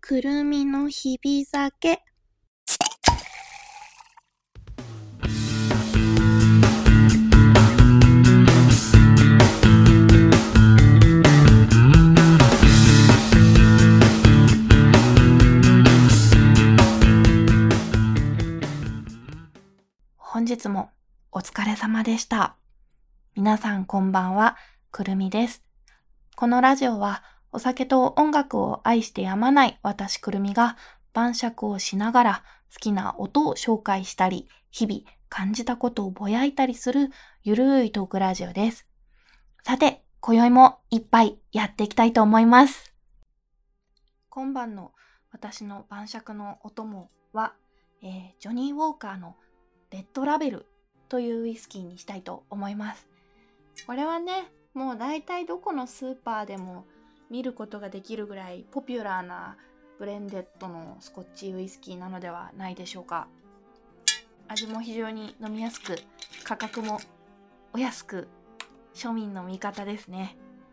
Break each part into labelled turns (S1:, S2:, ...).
S1: くるみの日々酒。本日もお疲れ様でした。皆さんこんばんは、くるみです。このラジオはお酒と音楽を愛してやまない私くるみが晩酌をしながら好きな音を紹介したり、日々感じたことをぼやいたりするゆるいトークラジオです。さて、今宵も一杯やっていきたいと思います。今晩の私の晩酌のお供は、ジョニーウォーカーのレッドラベルというウイスキーにしたいと思います。これはね、もう大体どこのスーパーでも見ることができるぐらいポピュラーなブレンデッドのスコッチウイスキーなのではないでしょうか。味も非常に飲みやすく、価格もお安く、庶民の味方ですね。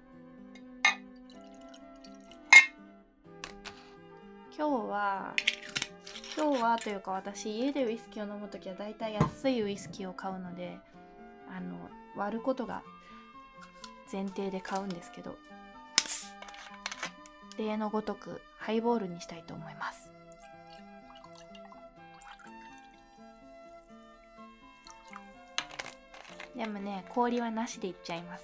S1: 今日はというか私家でウイスキーを飲むときはだいたい安いウイスキーを買うので割ることが前提で買うんですけど、例のごとくハイボールにしたいと思います。でもね、氷はなしでいっちゃいます。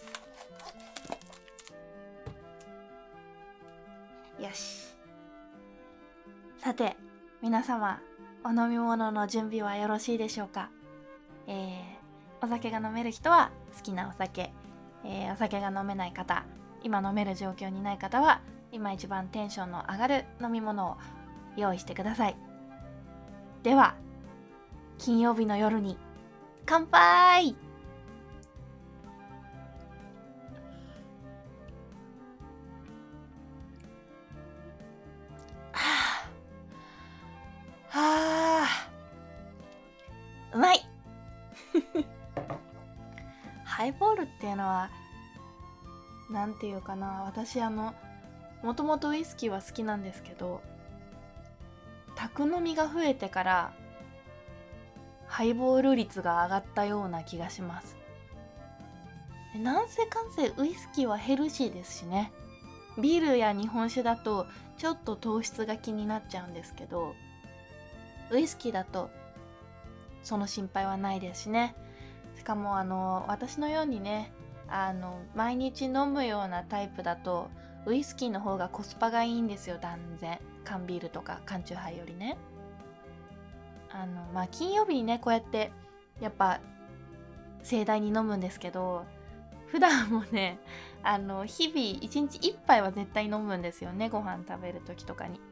S1: よし。さて皆様、お飲み物の準備はよろしいでしょうか。お酒が飲める人は好きなお酒、お酒が飲めない方、今飲める状況にない方は今一番テンションの上がる飲み物を用意してください。では金曜日の夜に乾杯。うまいハイボールっていうのはなんていうかな、私もともとウイスキーは好きなんですけど、宅飲みが増えてからハイボール率が上がったような気がします。なんせかんせウイスキーはヘルシーですしね。ビールや日本酒だとちょっと糖質が気になっちゃうんですけど、ウイスキーだとその心配はないですしね。しかも私のようにね、毎日飲むようなタイプだとウイスキーの方がコスパがいいんですよ、断然。缶ビールとか缶チューハイよりね。金曜日にね、こうやってやっぱ盛大に飲むんですけど、普段もね、日々1日1杯は絶対飲むんですよね、ご飯食べる時とかに。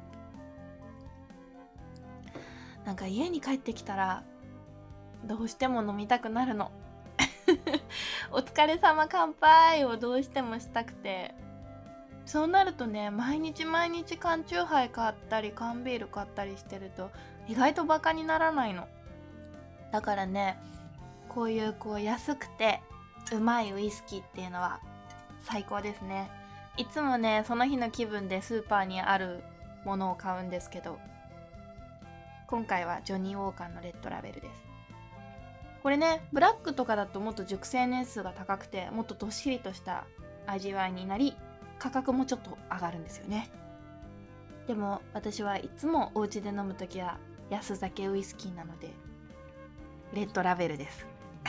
S1: なんか家に帰ってきたらどうしても飲みたくなるのお疲れ様乾杯をどうしてもしたくて、そうなるとね、毎日缶チューハイ買ったり缶ビール買ったりしてると意外とバカにならないの。だからね、こういう安くてうまいウイスキーっていうのは最高ですね。いつもね、その日の気分でスーパーにあるものを買うんですけど、今回はジョニーウォーカーのレッドラベルです。これね、ブラックとかだともっと熟成年数が高くてもっとどっしりとした味わいになり、価格もちょっと上がるんですよね。でも私はいつもお家で飲むときは安酒ウイスキーなのでレッドラベルです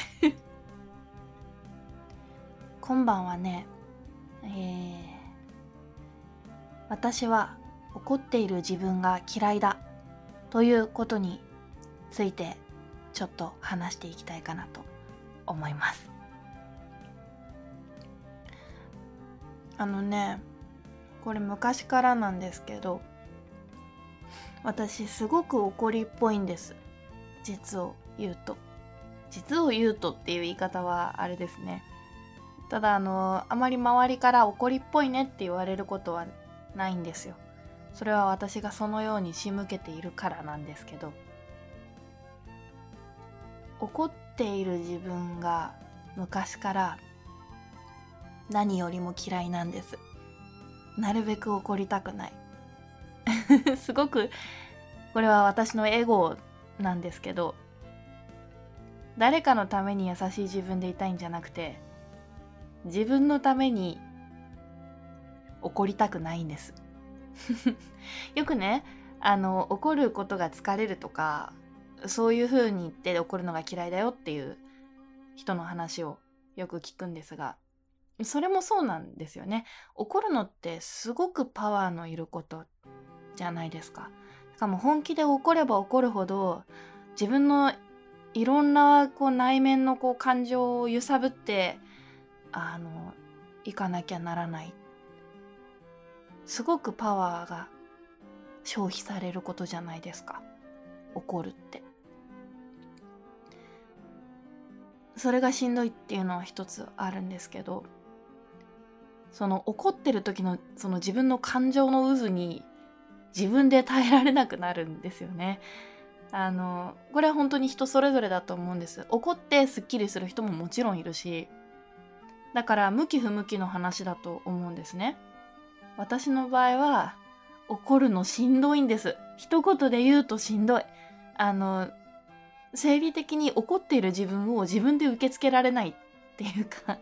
S1: 今晩はね、私は怒っている自分が嫌いだということについてちょっと話していきたいかなと思います。これ昔からなんですけど、私すごく怒りっぽいんです。実を言うとっていう言い方はあれですね。ただあまり周りから怒りっぽいねって言われることはないんですよ。それは私がそのように仕向けているからなんですけど、怒っている自分が昔から何よりも嫌いなんです。なるべく怒りたくない。 すごくこれは私のエゴなんですけど、誰かのために優しい自分でいたいんじゃなくて、自分のために怒りたくないんですよくね、怒ることが疲れるとか、そういう風に言って怒るのが嫌いだよっていう人の話をよく聞くんですが、それもそうなんですよね。怒るのってすごくパワーのいることじゃないですか。しかも本気で怒れば怒るほど、自分のいろんな内面の感情を揺さぶっていかなきゃならない。すごくパワーが消費されることじゃないですか、怒るって。それがしんどいっていうのは一つあるんですけど、その怒ってる時のその自分の感情の渦に自分で耐えられなくなるんですよね。これは本当に人それぞれだと思うんです。怒ってスッキリする人ももちろんいるし、だから向き不向きの話だと思うんですね。私の場合は怒るのしんどいんです。一言で言うとしんどい。生理的に怒っている自分を自分で受け付けられないっていうか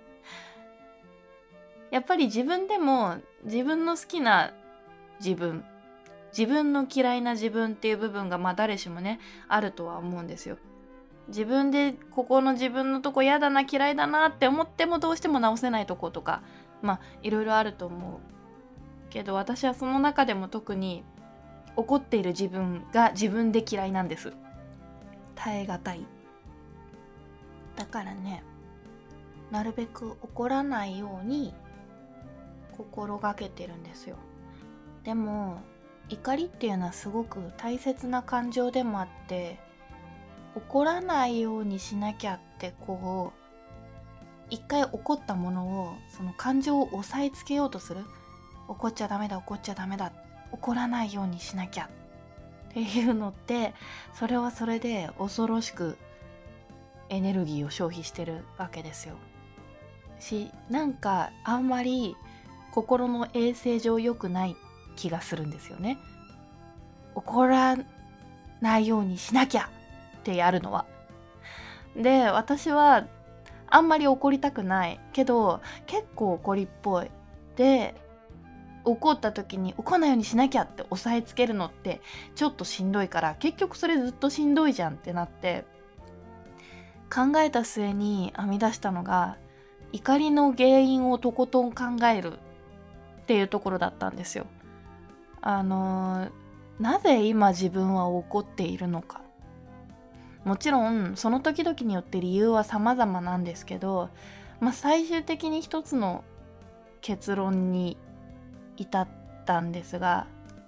S1: やっぱり自分でも自分の好きな自分、自分の嫌いな自分っていう部分が誰しもねあるとは思うんですよ。自分でここの自分のとこ嫌だな嫌いだなって思ってもどうしても直せないとことかいろいろあると思うけど、私はその中でも特に怒っている自分が自分で嫌いなんです。耐え難い。だからね、なるべく怒らないように心がけてるんですよ。でも怒りっていうのはすごく大切な感情でもあって、怒らないようにしなきゃって一回怒ったものをその感情を抑えつけようとする。怒っちゃダメだ怒っちゃダメだ、怒らないようにしなきゃっていうのって、それはそれで恐ろしくエネルギーを消費してるわけですよ。なんかあんまり心の衛生上良くない気がするんですよね。怒らないようにしなきゃってやるのは。で、私はあんまり怒りたくないけど結構怒りっぽい。で、怒った時に怒らないようにしなきゃって押さえつけるのってちょっとしんどいから、結局それずっとしんどいじゃんってなって、考えた末に編み出したのが怒りの原因をとことん考えるっていうところだったんですよ。なぜ今自分は怒っているのか。もちろんその時々によって理由は様々なんですけど、最終的に一つの結論に至ったんですが、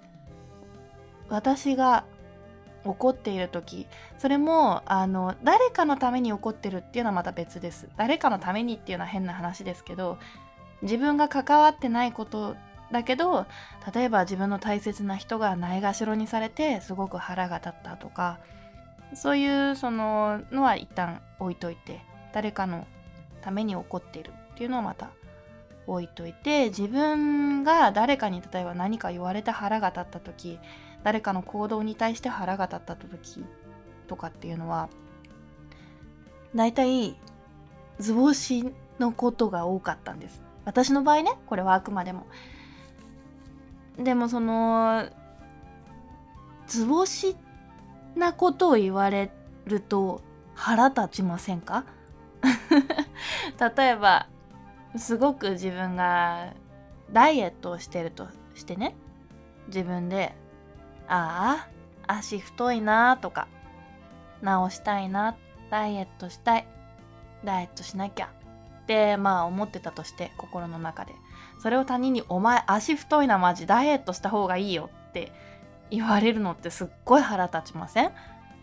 S1: 私が怒っている時、それも誰かのために怒ってるっていうのはまた別です。誰かのためにっていうのは変な話ですけど、自分が関わってないことだけど、例えば自分の大切な人がないがしろにされてすごく腹が立ったとか、そういうそののは一旦置いといて、誰かのために怒っているっていうのはまた置いといて、自分が誰かに例えば何か言われて腹が立った時、誰かの行動に対して腹が立った時とかっていうのはだいたい図星のことが多かったんです。私の場合ね、これはあくまでも。でもその図星なことを言われると腹立ちませんか？例えばすごく自分がダイエットをしてるとしてね、自分で足太いなとか、直したいな、ダイエットしたい、ダイエットしなきゃって思ってたとして、心の中でそれを他人にお前足太いな、マジダイエットした方がいいよって言われるのってすっごい腹立ちません？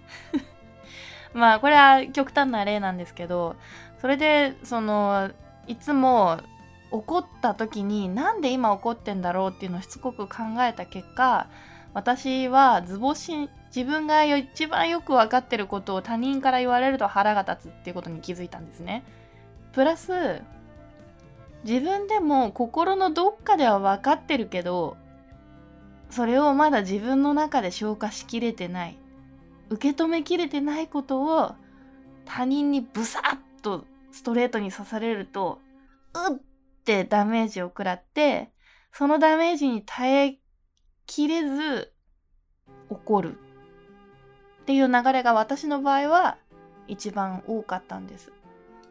S1: これは極端な例なんですけど、それでいつも怒った時になんで今怒ってんだろうっていうのをしつこく考えた結果、私は自分が一番よく分かってることを他人から言われると腹が立つっていうことに気づいたんですね。プラス自分でも心のどっかでは分かってるけど、 それをまだ自分の中で消化しきれてない、受け止めきれてないことを他人にブサッとストレートに刺されると、うってダメージを食らって、そのダメージに耐えきれず怒るっていう流れが私の場合は一番多かったんです。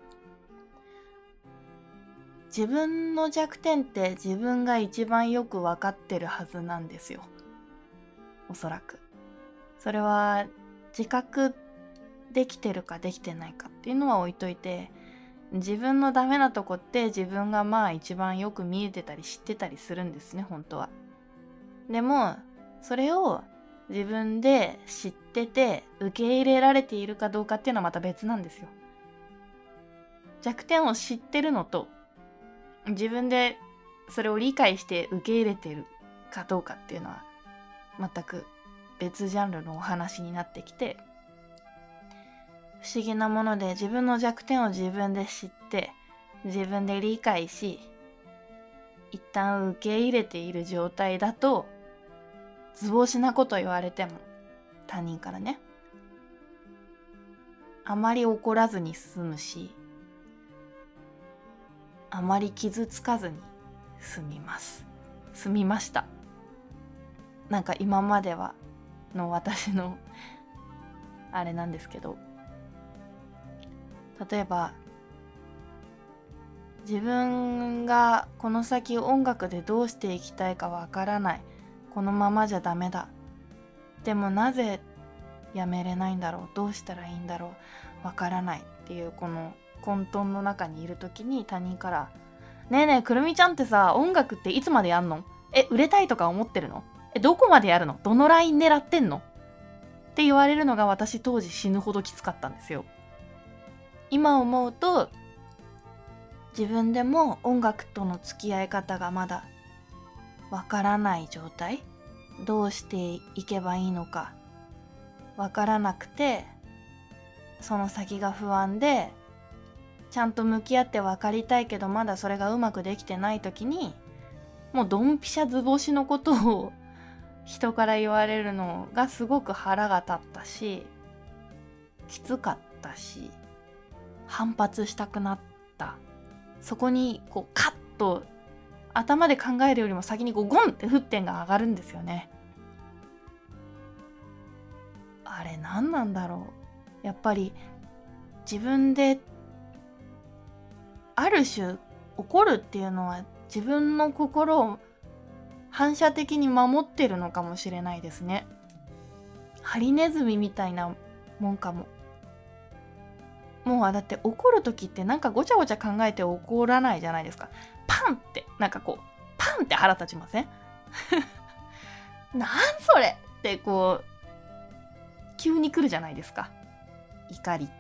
S1: 自分の弱点って自分が一番よく分かってるはずなんですよ。おそらく。それは自覚できてるかできてないかっていうのは置いといて、自分のダメなとこって自分が一番よく見えてたり知ってたりするんですね、本当は。でも、それを自分で知ってて受け入れられているかどうかっていうのはまた別なんですよ。弱点を知ってるのと、自分でそれを理解して受け入れてるかどうかっていうのは全く別ジャンルのお話になってきて、不思議なもので自分の弱点を自分で知って自分で理解し、一旦受け入れている状態だと図星なこと言われても、他人からね、あまり怒らずに済むし、あまり傷つかずに済みました。なんか今まではの私のあれなんですけど、例えば自分がこの先音楽でどうしていきたいかわからない、このままじゃダメだ、でもなぜやめれないんだろう、どうしたらいいんだろう、わからないっていうこの混沌の中にいるときに、他人からねえねえくるみちゃんってさ、音楽っていつまでやんの？売れたいとか思ってるの？どこまでやるの？どのライン狙ってんの？って言われるのが私当時死ぬほどきつかったんですよ。今思うと自分でも音楽との付き合い方がまだわからない状態、どうしていけばいいのかわからなくて、その先が不安で、ちゃんと向き合って分かりたいけどまだそれがうまくできてない時に、もうドンピシャ図星のことを人から言われるのがすごく腹が立ったし、きつかったし、反発したくなった。そこにこうカッと頭で考えるよりも先にこうゴンって沸点が上がるんですよね。あれ何なんだろう。やっぱり自分である種怒るっていうのは自分の心を反射的に守ってるのかもしれないですね。ハリネズミみたいなもんかも。もうだって怒る時ってなんかごちゃごちゃ考えて怒らないじゃないですか。パンってなんかこうパンって腹立ちません？なんそれってこう急に来るじゃないですか、怒りって。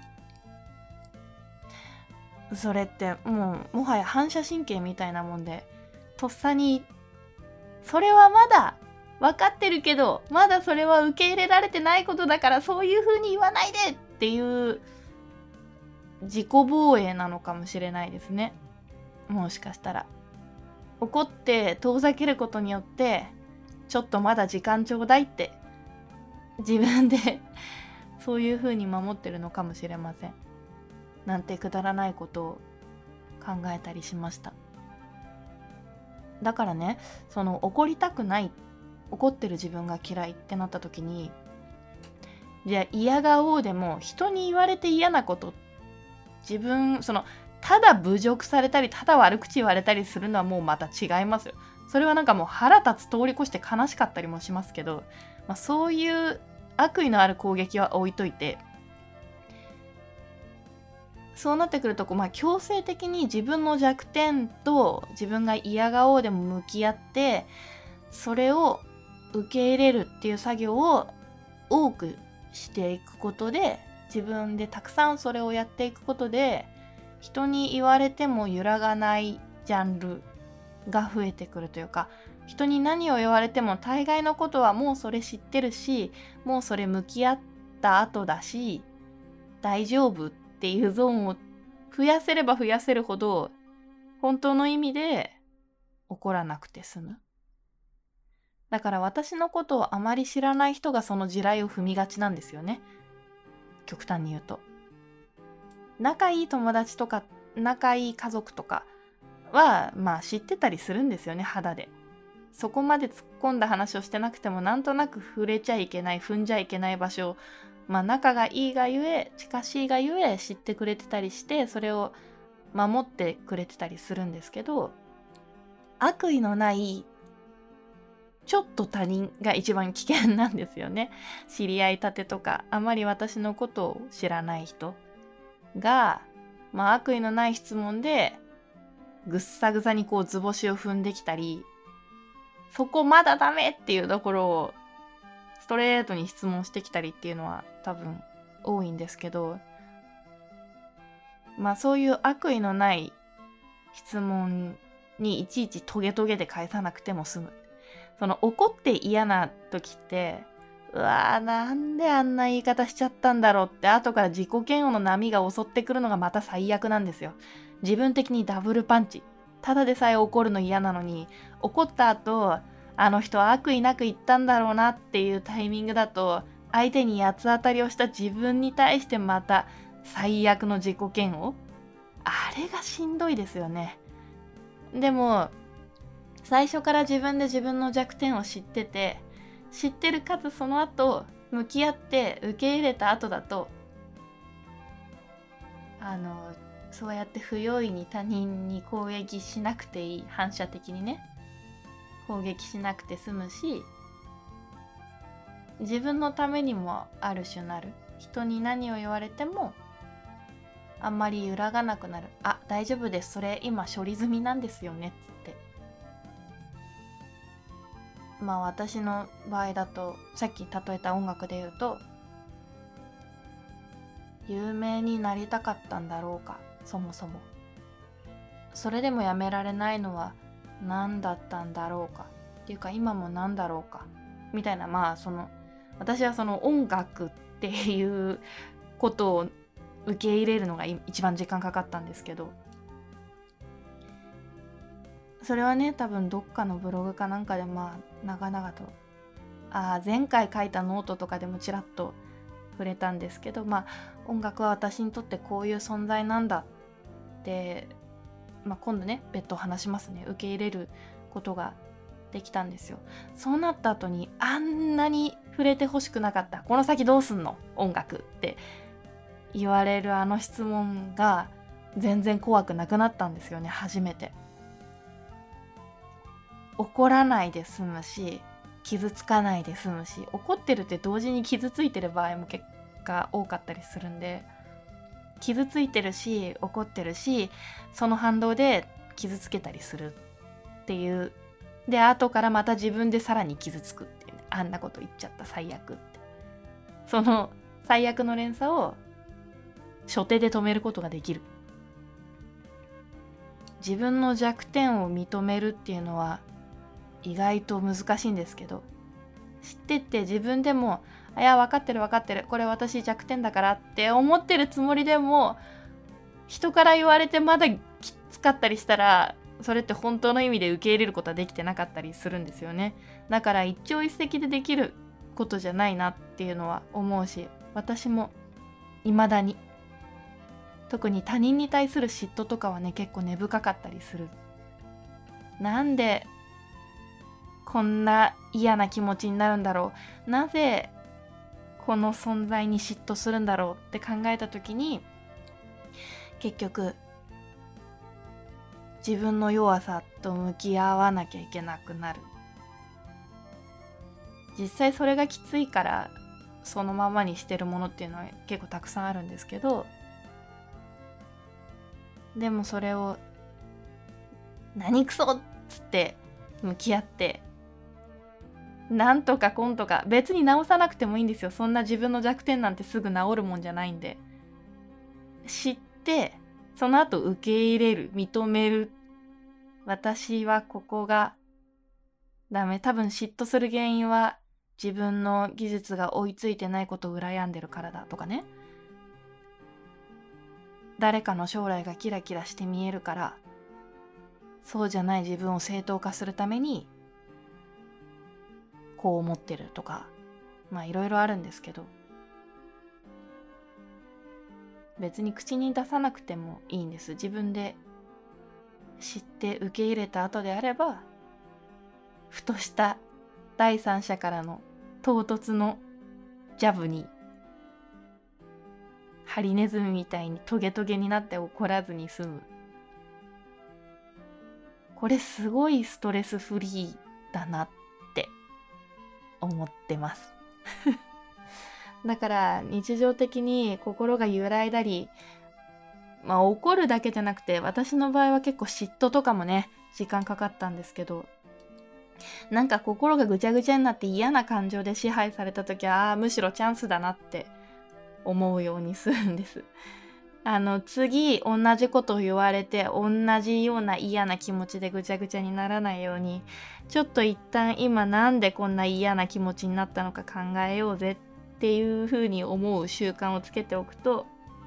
S1: それってもはや反射神経みたいなもんで、とっさにそれはまだ分かってるけどまだそれは受け入れられてないことだからそういう風に言わないでっていう自己防衛なのかもしれないですね。もしかしたら怒って遠ざけることによってちょっとまだ時間ちょうだいって自分でそういう風に守ってるのかもしれません。なんてくだらないことを考えたりしました。だからね、その怒りたくない、怒ってる自分が嫌いってなった時に、じゃあ嫌がおうでも人に言われて嫌なこと、自分ただ侮辱されたりただ悪口言われたりするのはもうまた違いますよ。それはなんかもう腹立つ通り越して悲しかったりもしますけど、そういう悪意のある攻撃は置いといて、そうなってくると強制的に自分の弱点と自分が嫌がおうでも向き合ってそれを受け入れるっていう作業を多くしていくことで、自分でたくさんそれをやっていくことで人に言われても揺らがないジャンルが増えてくるというか、人に何を言われても大概のことはもうそれ知ってるし、もうそれ向き合った後だし大丈夫っていうゾーンを増やせれば増やせるほど本当の意味で怒らなくて済む。 だから私のことをあまり知らない人がその地雷を踏みがちなんですよね。極端に言うと。仲いい友達とか仲いい家族とかはまあ知ってたりするんですよね、肌で。そこまで突っ込んだ話をしてなくてもなんとなく触れちゃいけない、踏んじゃいけない場所をまあ仲がいいがゆえ、近しいがゆえ知ってくれてたりして、それを守ってくれてたりするんですけど、悪意のないちょっと他人が一番危険なんですよね。知り合いたてとかあまり私のことを知らない人が、まあ悪意のない質問でぐっさぐさにこう図星を踏んできたり、そこまだダメっていうところをストレートに質問してきたりっていうのは多分多いんですけど、まあそういう悪意のない質問にいちいちトゲトゲで返さなくても済む。その怒って嫌な時って、うわーなんであんな言い方しちゃったんだろうって後から自己嫌悪の波が襲ってくるのがまた最悪なんですよ。自分的にダブルパンチ。ただでさえ怒るの嫌なのに、怒った後、あの人は悪意なく言ったんだろうなっていうタイミングだと、相手に八つ当たりをした自分に対してまた最悪の自己嫌悪。あれがしんどいですよね。でも、最初から自分で自分の弱点を知ってて、知ってるかつその後、向き合って受け入れた後だと、そうやって不用意に他人に攻撃しなくていい、反射的にね、攻撃しなくて済むし、自分のためにもある種なる。人に何を言われても、あんまり揺らがなくなる。あ、大丈夫です。それ今処理済みなんですよね、つって。まあ私の場合だと、さっき例えた音楽で言うと、有名になりたかったんだろうか、そもそも。それでもやめられないのは何だったんだろうか。っていうか今も何だろうか。みたいな、まあ私はその音楽っていうことを受け入れるのが一番時間かかったんですけど、それはね、多分どっかのブログかなんかでまあ長々と前回書いたノートとかでもちらっと触れたんですけど、まあ音楽は私にとってこういう存在なんだって、まあ今度ね別途話しますね。受け入れることができたんですよ。そうなった後にあんなに触れてほしくなかった、この先どうすんの音楽って言われるあの質問が全然怖くなくなったんですよね。初めて怒らないで済むし、傷つかないで済むし、怒ってるって同時に傷ついてる場合も結果多かったりするんで、傷ついてるし怒ってるし、その反動で傷つけたりするっていう、で後からまた自分でさらに傷つくっていう、ね、あんなこと言っちゃった最悪って、その最悪の連鎖を初手で止めることができる。自分の弱点を認めるっていうのは意外と難しいんですけど、知ってって自分でもいや分かってる分かってる、これ私弱点だからって思ってるつもりでも、人から言われてまだきつかったりしたら、それって本当の意味で受け入れることはできてなかったりするんですよね。だから一朝一夕でできることじゃないなっていうのは思うし、私も未だに、特に他人に対する嫉妬とかはね結構根深かったりする。なんでこんな嫌な気持ちになるんだろう、なぜこの存在に嫉妬するんだろうって考えた時に、結局自分の弱さと向き合わなきゃいけなくなる。実際それがきついからそのままにしてるものっていうのは結構たくさんあるんですけど、でもそれを何クソっつって向き合って、なんとかこんとか、別に直さなくてもいいんですよ。そんな自分の弱点なんてすぐ治るもんじゃないんで、知ってその後受け入れる、認める。私はここがダメ。多分嫉妬する原因は自分の技術が追いついてないことを羨んでるからだとかね、誰かの将来がキラキラして見えるから、そうじゃない自分を正当化するためにこう思ってるとか、いろいろあるんですけど、別に口に出さなくてもいいんです。自分で知って受け入れた後であれば、ふとした第三者からの唐突のジャブにハリネズミみたいにトゲトゲになって怒らずに済む。これすごいストレスフリーだなって思ってますだから日常的に心が揺らいだり、怒るだけじゃなくて、私の場合は結構嫉妬とかもね時間かかったんですけど、なんか心がぐちゃぐちゃになって嫌な感情で支配された時はむしろチャンスだなって思うようにするんです。次同じことを言われて同じような嫌な気持ちでぐちゃぐちゃにならないように、ちょっと一旦今なんでこんな嫌な気持ちになったのか考えようぜっていう風に思う習慣をつけておくと、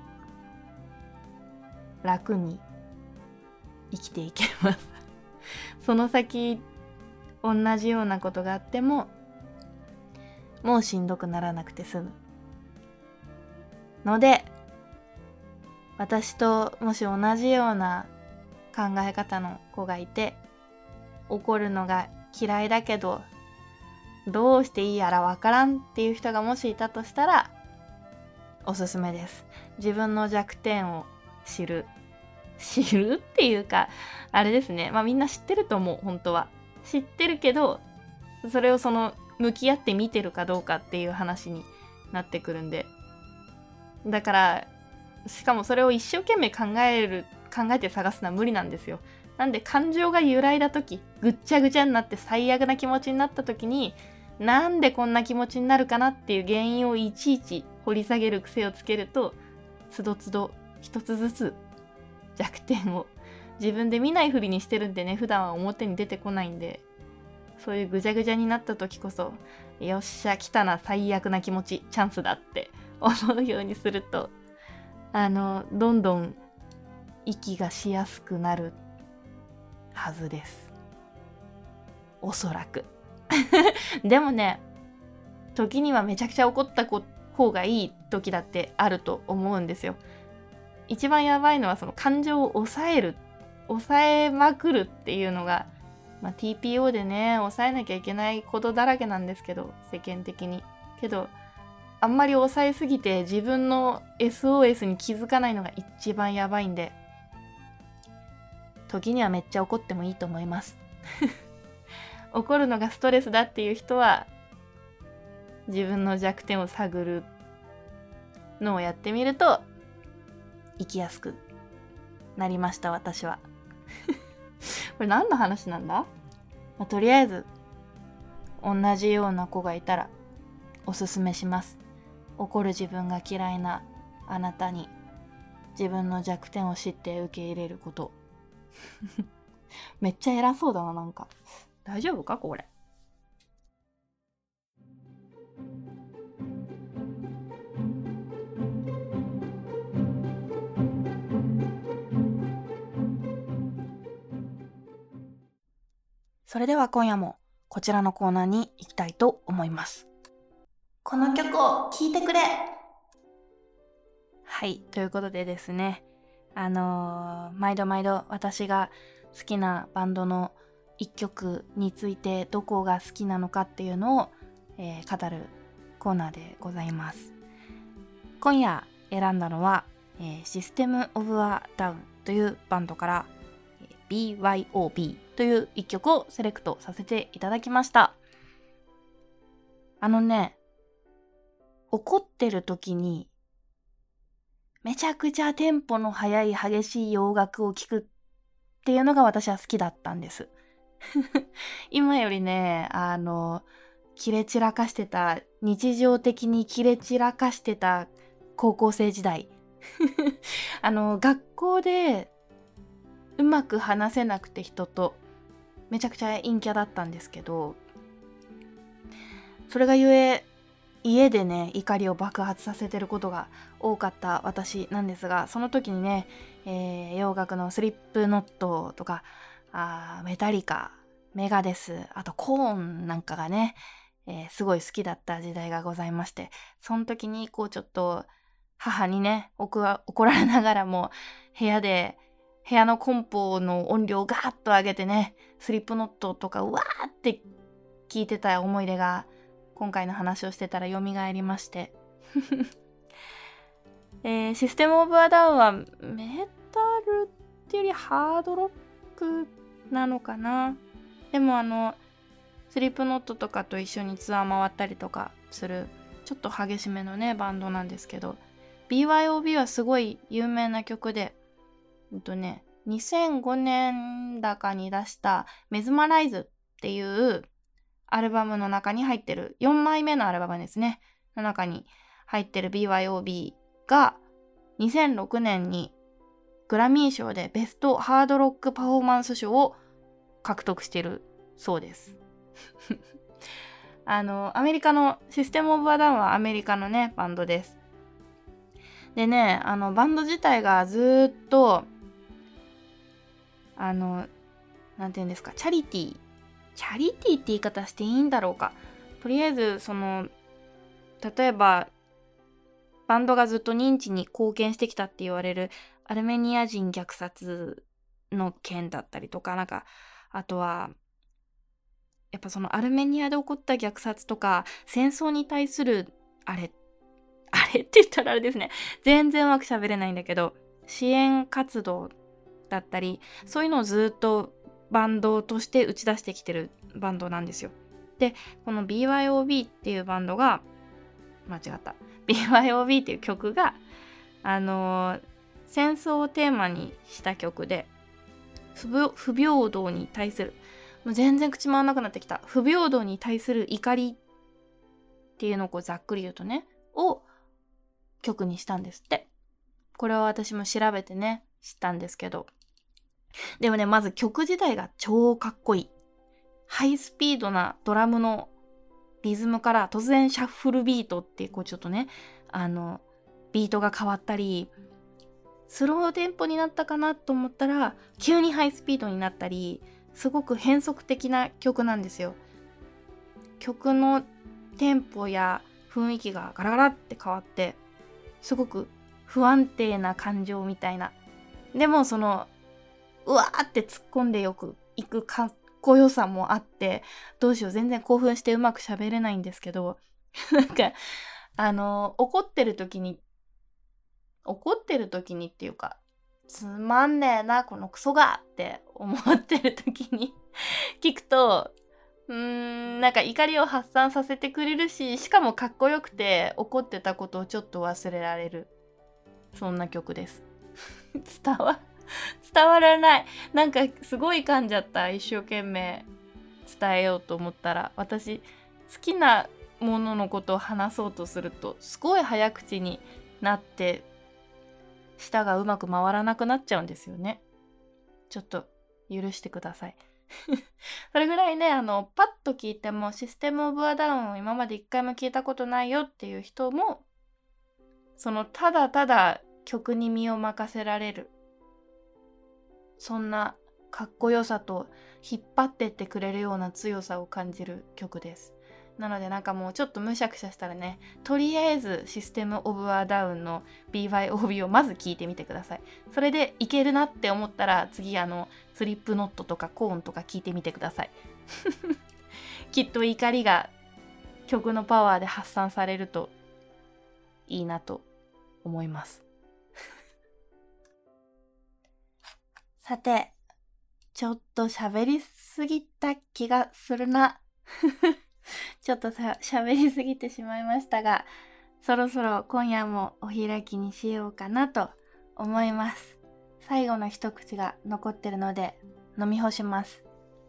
S1: 楽に生きていけますその先同じようなことがあってももうしんどくならなくて済むので、私ともし同じような考え方の子がいて、怒るのが嫌いだけどどうしていいやらわからんっていう人がもしいたとしたら、おすすめです。自分の弱点を知るっていうか、あれですね、みんな知ってると思う。本当は知ってるけど、それを向き合って見てるかどうかっていう話になってくるんで、だからしかもそれを一生懸命考えて探すのは無理なんですよ。なんで感情が揺らいだ時、ぐっちゃぐちゃになって最悪な気持ちになった時に、なんでこんな気持ちになるかなっていう原因をいちいち掘り下げる癖をつけると、つどつど一つずつ弱点を自分で見ないふりにしてるんでね、普段は表に出てこないんで、そういうぐちゃぐちゃになった時こそ、よっしゃ来たな最悪な気持ち、チャンスだって思うようにすると、どんどん息がしやすくなるはずです。おそらくでもね、時にはめちゃくちゃ怒った方がいい時だってあると思うんですよ。一番やばいのはその感情を抑えまくるっていうのが、TPO でね抑えなきゃいけないことだらけなんですけど、世間的にけどあんまり抑えすぎて自分の SOS に気づかないのが一番やばいんで、時にはめっちゃ怒ってもいいと思います怒るのがストレスだっていう人は自分の弱点を探るのをやってみると生きやすくなりました、私はこれ何の話なんだ？とりあえず同じような子がいたらおすすめします。怒る自分が嫌いなあなたに自分の弱点を知って受け入れることめっちゃ偉そうだな。なんか大丈夫かこれ。それでは今夜もこちらのコーナーに行きたいと思います。この曲を聴いてくれ。はい、ということでですね、毎度私が好きなバンドの一曲についてどこが好きなのかっていうのを、語るコーナーでございます。今夜選んだのは、システムオブアダウンというバンドから、BYOB という一曲をセレクトさせていただきました。怒ってる時にめちゃくちゃテンポの速い激しい洋楽を聴くっていうのが私は好きだったんです今よりね、キレ散らかしてた、日常的にキレ散らかしてた高校生時代学校でうまく話せなくて人とめちゃくちゃ陰キャだったんですけど、それがゆえ家でね怒りを爆発させてることが多かった私なんですが、その時にね、洋楽のスリップノットとかメタリカ、メガデス、あとコーンなんかがね、 すごい好きだった時代がございまして、その時にこうちょっと母にね怒られながらも部屋のコンポの音量をガーッと上げてね、スリップノットとかうわーって聞いてた思い出が今回の話をしてたら蘇りましてシステムオブアダウンはメタルっていうよりハードロックなのかな。でもスリップノットとかと一緒にツアー回ったりとかするちょっと激しめのねバンドなんですけど、 BYOB はすごい有名な曲で、2005年だかに出したメズマライズっていうアルバムの中に入ってる4枚目のアルバムですねの中に入ってる BYOB が2006年にグラミー賞でベストハードロックパフォーマンス賞を獲得しているそうですアメリカのシステムオブアダウンはアメリカのねバンドです。でね、バンド自体がずっとなんていうんですか、チャリティーって言い方していいんだろうか。とりあえず例えばバンドがずっと認知に貢献してきたって言われるアルメニア人虐殺の件だったりとか、あとはやっぱそのアルメニアで起こった虐殺とか戦争に対するあれって言ったらあれですね、全然うまく喋れないんだけど、支援活動だったりそういうのをずっとバンドとして打ち出してきてるバンドなんですよ。でこの BYOB っていうバンドがBYOB っていう曲が戦争をテーマにした曲で、不平等に対する、もう全然口回らなくなってきた、不平等に対する怒りっていうのをこうざっくり言うとねを曲にしたんですって。これは私も調べてね知ったんですけど、でもね、まず曲自体が超かっこいい。ハイスピードなドラムのリズムから突然シャッフルビートってこうちょっとねビートが変わったり、スローテンポになったかなと思ったら急にハイスピードになったり、すごく変則的な曲なんですよ。曲のテンポや雰囲気がガラガラって変わって、すごく不安定な感情みたいな、でもうわーって突っ込んでいくかっこよさもあって、どうしよう全然興奮してうまく喋れないんですけど怒ってる時にっていうか、つまんねえなこのクソがって思ってる時に聞くと怒りを発散させてくれるし、しかもかっこよくて怒ってたことをちょっと忘れられる、そんな曲です伝わらない。すごい噛んじゃった。一生懸命伝えようと思ったら、私好きなもののことを話そうとするとすごい早口になって舌がうまく回らなくなっちゃうんですよね。ちょっと許してくださいそれぐらいね、パッと聞いてもシステムオブアダウンを今まで一回も聞いたことないよっていう人も、ただただ曲に身を任せられる、そんなかっこよさと引っ張ってってくれるような強さを感じる曲です。なのでもうちょっとむしゃくしゃしたらね、とりあえずシステムオブアダウンの BYOB をまず聞いてみてください。それでいけるなって思ったら次スリップノットとかコーンとか聞いてみてくださいきっと怒りが曲のパワーで発散されるといいなと思いますさて、ちょっと喋りすぎた気がするなちょっと喋りすぎてしまいましたが、そろそろ今夜もお開きにしようかなと思います。最後の一口が残ってるので飲み干します。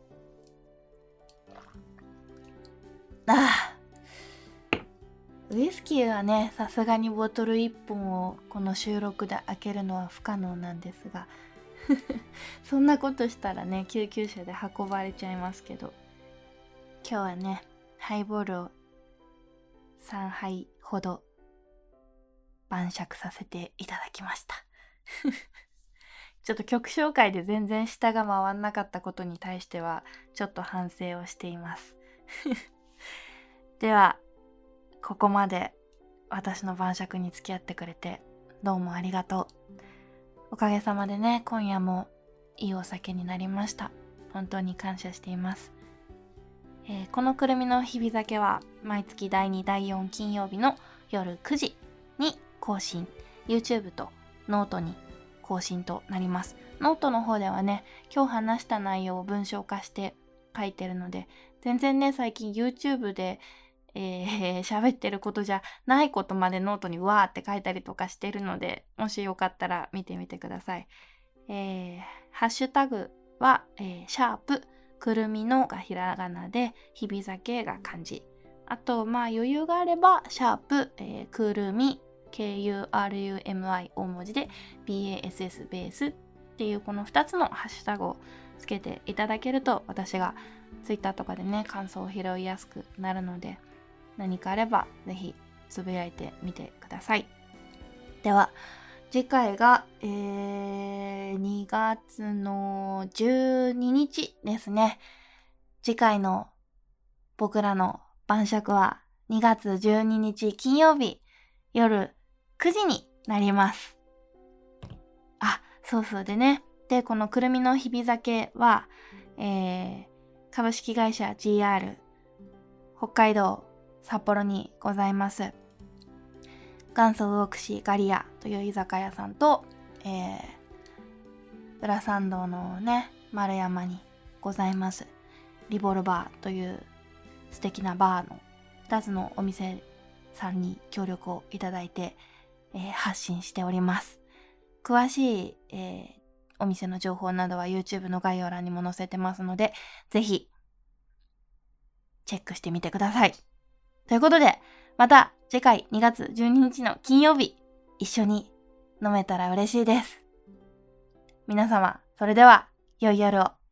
S1: ウイスキーはね、さすがにボトル1本をこの収録で開けるのは不可能なんですがそんなことしたらね、救急車で運ばれちゃいますけど、今日はね、ハイボールを3杯ほど晩酌させていただきましたちょっと曲紹介で全然舌が回んなかったことに対してはちょっと反省をしていますでは、ここまで私の晩酌に付き合ってくれてどうもありがとう。おかげさまでね、今夜もいいお酒になりました。本当に感謝しています。このくるみの日々酒は毎月第2、第4金曜日の夜9時に更新、YouTube とノートに更新となります。ノートの方ではね、今日話した内容を文章化して書いてるので、全然ね、最近 YouTube で喋ってることじゃないことまでノートにわーって書いたりとかしてるので、もしよかったら見てみてください。ハッシュタグは、シャープくるみのがひらがなで、日々酒が漢字。あと、余裕があれば、シャープ、くるみ、KURUMI 大文字で、BASS ベースっていうこの2つのハッシュタグをつけていただけると、私が Twitter とかでね、感想を拾いやすくなるので、何かあればぜひつぶやいてみてください。では、次回が、2月の12日ですね。次回の僕らの晩酌は2月12日金曜日夜9時になります。そうでね。で、このくるみの日々酒は、株式会社 GR 北海道札幌にございます元祖魚串ガリアという居酒屋さんと、裏参道のね丸山にございますリボルバーという素敵なバーの2つのお店さんに協力をいただいて、発信しております。詳しい、お店の情報などは YouTube の概要欄にも載せてますので、ぜひチェックしてみてください。ということで、また次回2月12日の金曜日、一緒に飲めたら嬉しいです。皆様、それでは良い夜を。